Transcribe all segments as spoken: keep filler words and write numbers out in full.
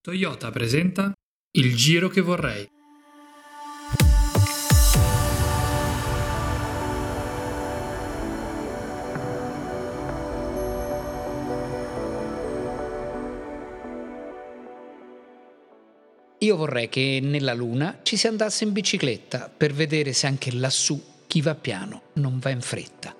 Toyota presenta Il giro che vorrei. Io vorrei che nella Luna ci si andasse in bicicletta per vedere se anche lassù chi va piano non va in fretta.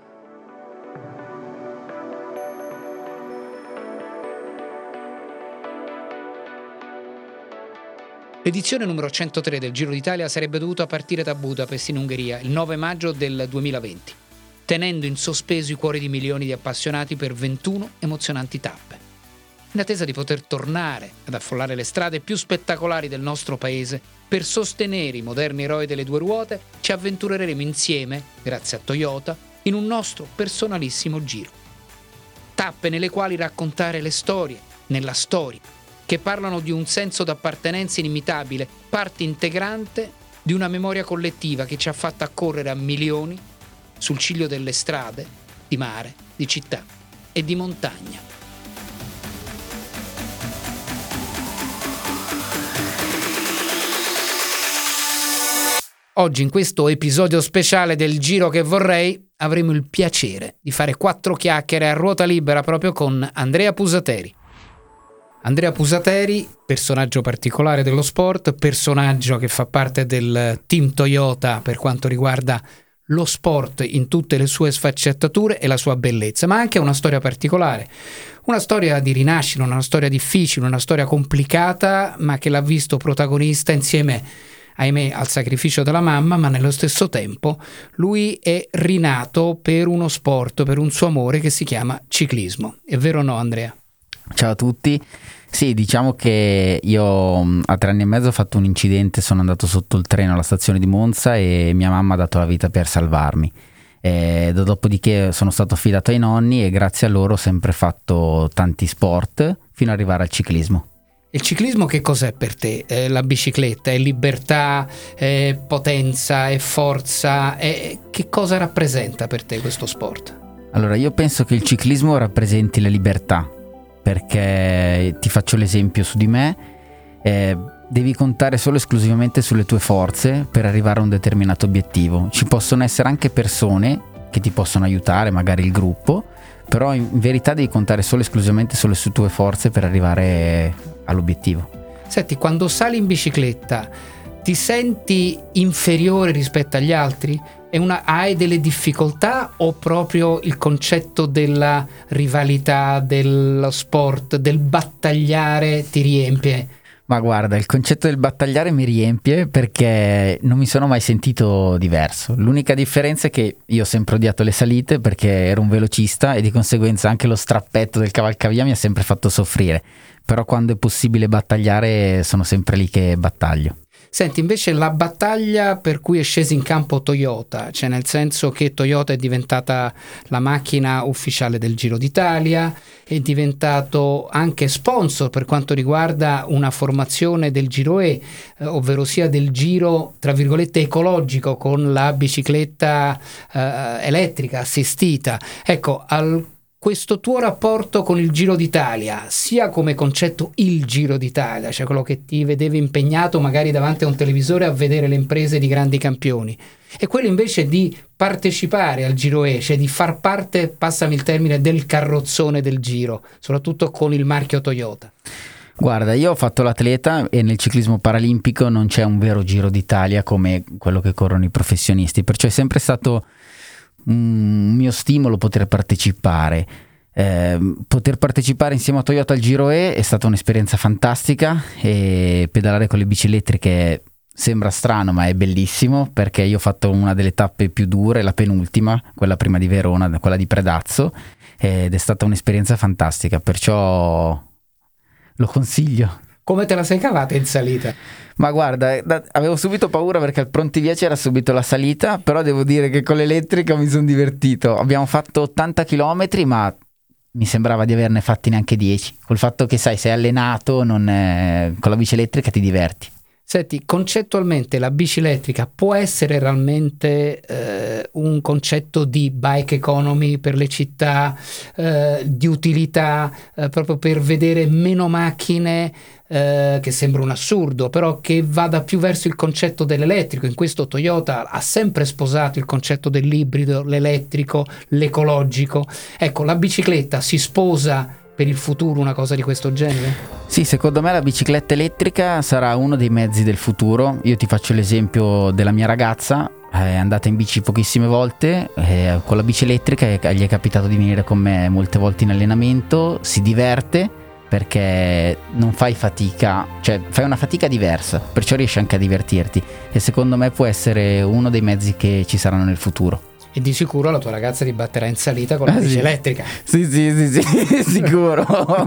L'edizione numero centotré del Giro d'Italia sarebbe dovuta partire da Budapest in Ungheria il nove maggio del duemilaventi, tenendo in sospeso i cuori di milioni di appassionati per ventuno emozionanti tappe. In attesa di poter tornare ad affollare le strade più spettacolari del nostro paese, per sostenere i moderni eroi delle due ruote, ci avventureremo insieme, grazie a Toyota, in un nostro personalissimo giro. Tappe nelle quali raccontare le storie, nella storia, che parlano di un senso d'appartenenza inimitabile, parte integrante di una memoria collettiva che ci ha fatto accorrere a milioni sul ciglio delle strade, di mare, di città e di montagna. Oggi in questo episodio speciale del Giro che vorrei avremo il piacere di fare quattro chiacchiere a ruota libera proprio con Andrea Pusateri. Andrea Pusateri, personaggio particolare dello sport, personaggio che fa parte del team Toyota per quanto riguarda lo sport in tutte le sue sfaccettature e la sua bellezza, ma anche una storia particolare, una storia di rinascita, una storia difficile, una storia complicata, ma che l'ha visto protagonista insieme, ahimè, al sacrificio della mamma, ma nello stesso tempo lui è rinato per uno sport, per un suo amore che si chiama ciclismo. È vero o no, Andrea? Ciao a tutti. Sì, diciamo che io a tre anni e mezzo ho fatto un incidente, sono andato sotto il treno alla stazione di Monza e mia mamma ha dato la vita per salvarmi. E dopodiché sono stato affidato ai nonni e grazie a loro ho sempre fatto tanti sport fino ad arrivare al ciclismo. Il ciclismo che cos'è per te? Eh, la bicicletta, è libertà, è potenza, è forza? È... Che cosa rappresenta per te questo sport? Allora, io penso che il ciclismo rappresenti la libertà, perché ti faccio l'esempio su di me, eh, devi contare solo e esclusivamente sulle tue forze per arrivare a un determinato obiettivo. Ci possono essere anche persone che ti possono aiutare, magari il gruppo, però in verità devi contare solo e esclusivamente sulle tue forze per arrivare all'obiettivo. Senti, quando sali in bicicletta ti senti inferiore rispetto agli altri? È una, hai delle difficoltà o proprio il concetto della rivalità, dello sport, del battagliare ti riempie? Ma guarda, il concetto del battagliare mi riempie perché non mi sono mai sentito diverso. L'unica differenza è che io ho sempre odiato le salite perché ero un velocista e di conseguenza anche lo strappetto del cavalcavia mi ha sempre fatto soffrire. Però quando è possibile battagliare sono sempre lì che battaglio. Senti, invece la battaglia per cui è sceso in campo Toyota, cioè nel senso che Toyota è diventata la macchina ufficiale del Giro d'Italia, è diventato anche sponsor per quanto riguarda una formazione del Giro E, eh, ovvero sia del Giro, tra virgolette, ecologico con la bicicletta eh, elettrica assistita. Ecco, al questo tuo rapporto con il Giro d'Italia, sia come concetto il Giro d'Italia, cioè quello che ti vedevi impegnato magari davanti a un televisore a vedere le imprese di grandi campioni, e quello invece di partecipare al Giro E, cioè di far parte, passami il termine, del carrozzone del Giro, soprattutto con il marchio Toyota. Guarda, io ho fatto l'atleta e nel ciclismo paralimpico non c'è un vero Giro d'Italia come quello che corrono i professionisti, perciò è sempre stato un mio stimolo poter partecipare. Eh, poter partecipare insieme a Toyota al Giro E è stata un'esperienza fantastica e pedalare con le bici elettriche sembra strano ma è bellissimo, perché io ho fatto una delle tappe più dure, la penultima, quella prima di Verona, quella di Predazzo, ed è stata un'esperienza fantastica, perciò lo consiglio. Come te la sei cavata in salita? Ma guarda, da, avevo subito paura perché al pronti via c'era subito la salita, però devo dire che con l'elettrica mi sono divertito. Abbiamo fatto ottanta chilometri, ma mi sembrava di averne fatti neanche dieci. Col fatto che, sai, sei allenato, non è... con la bici elettrica ti diverti. Senti, concettualmente la bici elettrica può essere realmente eh, un concetto di bike economy per le città, eh, di utilità, eh, proprio per vedere meno macchine, eh, che sembra un assurdo, però che vada più verso il concetto dell'elettrico. In questo Toyota ha sempre sposato il concetto dell'ibrido, l'elettrico, l'ecologico. Ecco, la bicicletta si sposa per il futuro una cosa di questo genere? Sì, secondo me la bicicletta elettrica sarà uno dei mezzi del futuro. Io ti faccio l'esempio della mia ragazza, è andata in bici pochissime volte, eh, con la bici elettrica gli è capitato di venire con me molte volte in allenamento, si diverte perché non fai fatica, cioè fai una fatica diversa, perciò riesci anche a divertirti, e secondo me può essere uno dei mezzi che ci saranno nel futuro. E di sicuro la tua ragazza ti batterà in salita con la ah, bici sì. elettrica. Sì, sì, sì, sì, sicuro.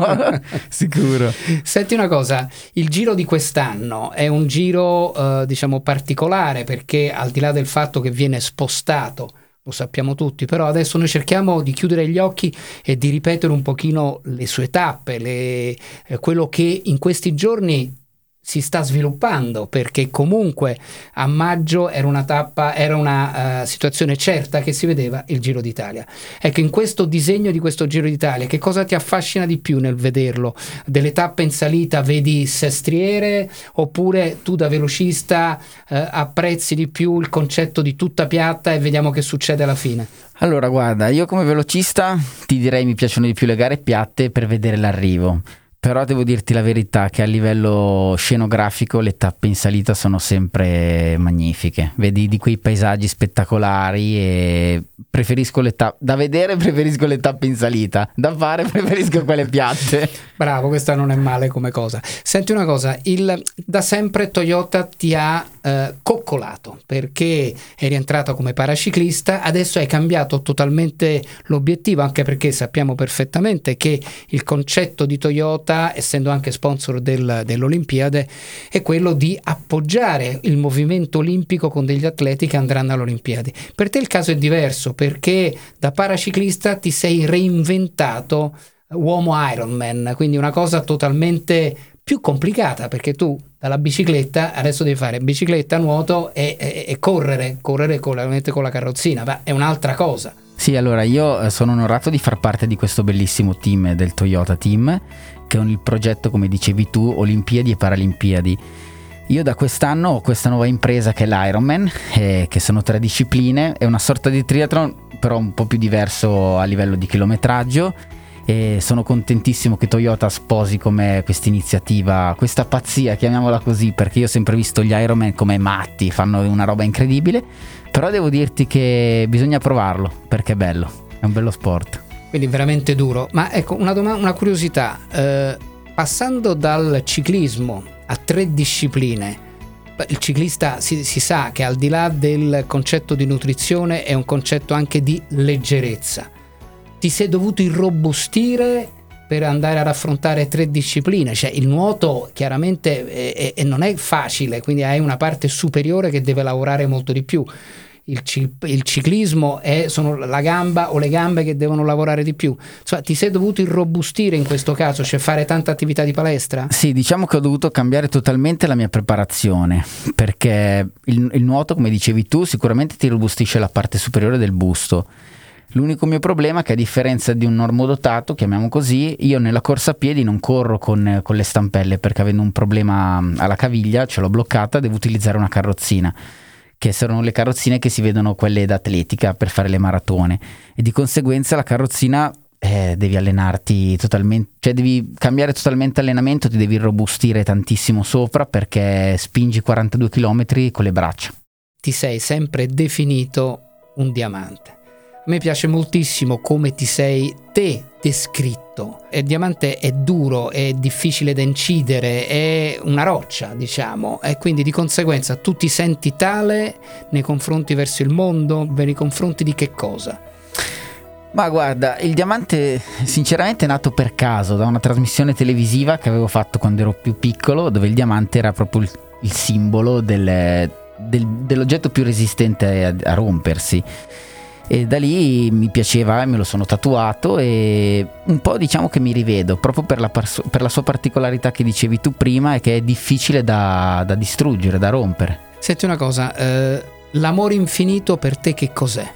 Sicuro. Senti una cosa, il giro di quest'anno è un giro eh, diciamo particolare, perché al di là del fatto che viene spostato, lo sappiamo tutti, però adesso noi cerchiamo di chiudere gli occhi e di ripetere un pochino le sue tappe, le, eh, quello che in questi giorni si sta sviluppando, perché comunque a maggio era una tappa, era una uh, situazione certa che si vedeva il Giro d'Italia. Ecco, in questo disegno di questo Giro d'Italia, che cosa ti affascina di più nel vederlo? Delle tappe in salita vedi sestriere, oppure tu da velocista uh, apprezzi di più il concetto di tutta piatta e vediamo che succede alla fine? Allora, guarda, io come velocista ti direi mi piacciono di più le gare piatte per vedere l'arrivo. Però devo dirti la verità che a livello scenografico le tappe in salita sono sempre magnifiche. Vedi di quei paesaggi spettacolari e preferisco le tappe da vedere, preferisco le tappe in salita, da fare preferisco quelle piatte. Bravo, questa non è male come cosa. Senti una cosa, il, da sempre Toyota ti ha eh, coccolato, perché eri entrato come paraciclista, adesso hai cambiato totalmente l'obiettivo, anche perché sappiamo perfettamente che il concetto di Toyota, essendo anche sponsor del, dell'Olimpiade, è quello di appoggiare il movimento olimpico con degli atleti che andranno alle Olimpiadi. Per te il caso è diverso, perché da paraciclista ti sei reinventato uomo Ironman, quindi una cosa totalmente più complicata, perché tu dalla bicicletta adesso devi fare bicicletta, nuoto e, e, e correre, correre con la, con la carrozzina, ma è un'altra cosa. Sì, allora io sono onorato di far parte di questo bellissimo team del Toyota Team, che è il progetto, come dicevi tu, Olimpiadi e Paralimpiadi. Io da quest'anno ho questa nuova impresa che è l'Ironman, eh, che sono tre discipline, è una sorta di triathlon, però un po' più diverso a livello di chilometraggio, e sono contentissimo che Toyota sposi come questa iniziativa, questa pazzia, chiamiamola così, perché io ho sempre visto gli Ironman come matti, fanno una roba incredibile, però devo dirti che bisogna provarlo, perché è bello, è un bello sport. Quindi veramente duro. Ma ecco, una, doma- una curiosità, eh, passando dal ciclismo a tre discipline, il ciclista si, si sa che al di là del concetto di nutrizione è un concetto anche di leggerezza. Ti sei dovuto irrobustire per andare ad affrontare tre discipline, cioè il nuoto chiaramente è, è, è non è facile, quindi hai una parte superiore che deve lavorare molto di più. Il, il ciclismo è, sono la gamba o le gambe che devono lavorare di più. Insomma, ti sei dovuto irrobustire in questo caso, cioè fare tanta attività di palestra? Sì, diciamo che ho dovuto cambiare totalmente la mia preparazione, perché il, il nuoto, come dicevi tu, sicuramente ti irrobustisce la parte superiore del busto. L'unico mio problema è che, a differenza di un normodotato, chiamiamo così, io nella corsa a piedi non corro con, con le stampelle, perché avendo un problema alla caviglia, ce l'ho bloccata, devo utilizzare una carrozzina, che sono le carrozzine che si vedono quelle d'atletica per fare le maratone, e di conseguenza la carrozzina eh, devi allenarti totalmente, cioè devi cambiare totalmente allenamento, ti devi irrobustire tantissimo sopra, perché spingi quarantadue chilometri con le braccia. Ti sei sempre definito un diamante. A me piace moltissimo come ti sei te descritto. Il diamante è duro, è difficile da incidere, è una roccia, diciamo, e quindi di conseguenza tu ti senti tale nei confronti verso il mondo, nei confronti di che cosa? Ma guarda, il diamante sinceramente è nato per caso da una trasmissione televisiva che avevo fatto quando ero più piccolo, dove il diamante era proprio il, il simbolo del, del, dell'oggetto più resistente a, a rompersi. e da lì mi piaceva, me lo sono tatuato e un po' diciamo che mi rivedo proprio per la, pers- per la sua particolarità che dicevi tu prima, e che è difficile da, da distruggere, da rompere. Senti una cosa, eh, l'amore infinito per te che cos'è?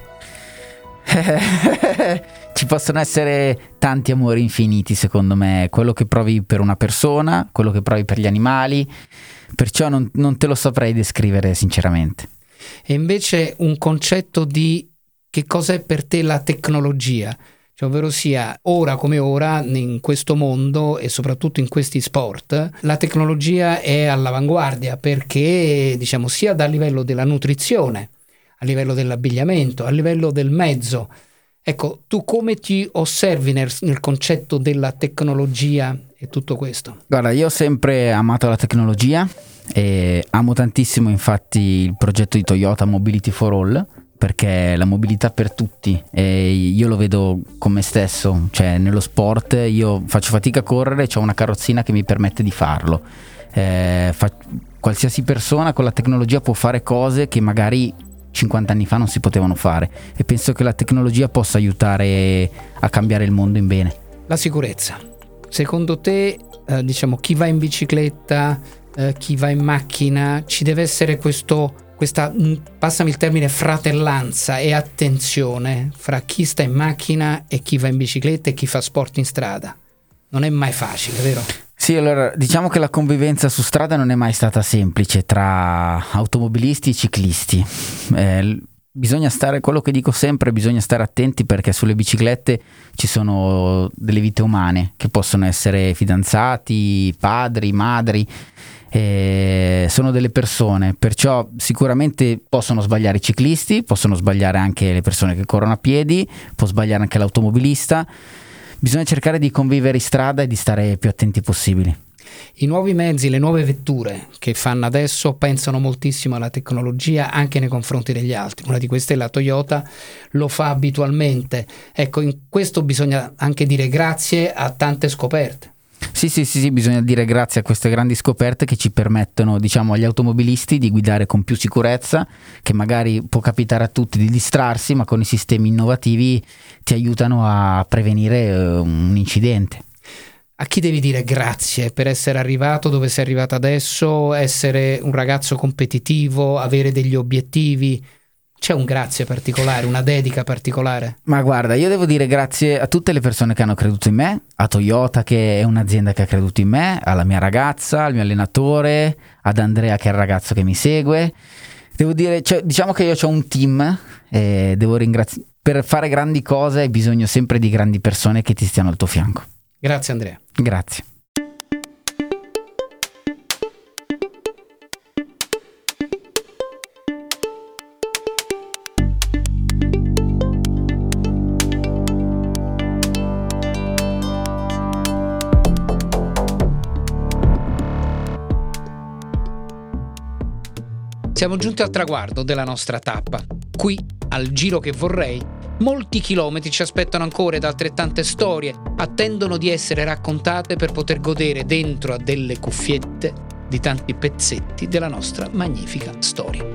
Ci possono essere tanti amori infiniti, secondo me, quello che provi per una persona, quello che provi per gli animali, perciò non, non te lo saprei descrivere sinceramente. E invece un concetto di che cos'è per te la tecnologia, cioè, ovvero sia ora come ora in questo mondo e soprattutto in questi sport la tecnologia è all'avanguardia, perché diciamo sia dal livello della nutrizione, a livello dell'abbigliamento, a livello del mezzo. Ecco, tu come ti osservi nel, nel concetto della tecnologia e tutto questo? Guarda, io ho sempre amato la tecnologia e amo tantissimo infatti il progetto di Toyota Mobility for All, perché la mobilità per tutti, e io lo vedo con me stesso, cioè nello sport io faccio fatica a correre, ho una carrozzina che mi permette di farlo. Eh, fa, qualsiasi persona con la tecnologia può fare cose che magari cinquanta anni fa non si potevano fare, e penso che la tecnologia possa aiutare a cambiare il mondo in bene. La sicurezza. Secondo te, eh, diciamo, chi va in bicicletta, eh, chi va in macchina, ci deve essere questo, questa, passami il termine, fratellanza e attenzione fra chi sta in macchina e chi va in bicicletta e chi fa sport in strada? Non è mai facile, vero? Sì, allora diciamo che la convivenza su strada non è mai stata semplice tra automobilisti e ciclisti. Eh, bisogna stare, quello che dico sempre, bisogna stare attenti, perché sulle biciclette ci sono delle vite umane che possono essere fidanzati, padri, madri, eh, sono delle persone, perciò sicuramente possono sbagliare i ciclisti, possono sbagliare anche le persone che corrono a piedi, può sbagliare anche l'automobilista. Bisogna cercare di convivere in strada e di stare più attenti possibili. I nuovi mezzi, le nuove vetture che fanno adesso pensano moltissimo alla tecnologia anche nei confronti degli altri. Una di queste è la Toyota, lo fa abitualmente. Ecco, in questo bisogna anche dire grazie a tante scoperte. Sì, sì, sì, sì, bisogna dire grazie a queste grandi scoperte che ci permettono, diciamo, agli automobilisti di guidare con più sicurezza, che magari può capitare a tutti di distrarsi, ma con i sistemi innovativi ti aiutano a prevenire uh, un incidente. A chi devi dire grazie per essere arrivato dove sei arrivato adesso, essere un ragazzo competitivo, avere degli obiettivi? C'è un grazie particolare, una dedica particolare? Ma guarda, io devo dire grazie a tutte le persone che hanno creduto in me, a Toyota che è un'azienda che ha creduto in me, alla mia ragazza, al mio allenatore, ad Andrea che è il ragazzo che mi segue. Devo dire, cioè, diciamo che io ho un team e devo ringraziare. Per fare grandi cose hai bisogno sempre di grandi persone che ti stiano al tuo fianco. Grazie Andrea. Grazie. Siamo giunti al traguardo della nostra tappa. Qui, al Giro che vorrei, molti chilometri ci aspettano ancora ed altrettante storie attendono di essere raccontate per poter godere dentro a delle cuffiette di tanti pezzetti della nostra magnifica storia.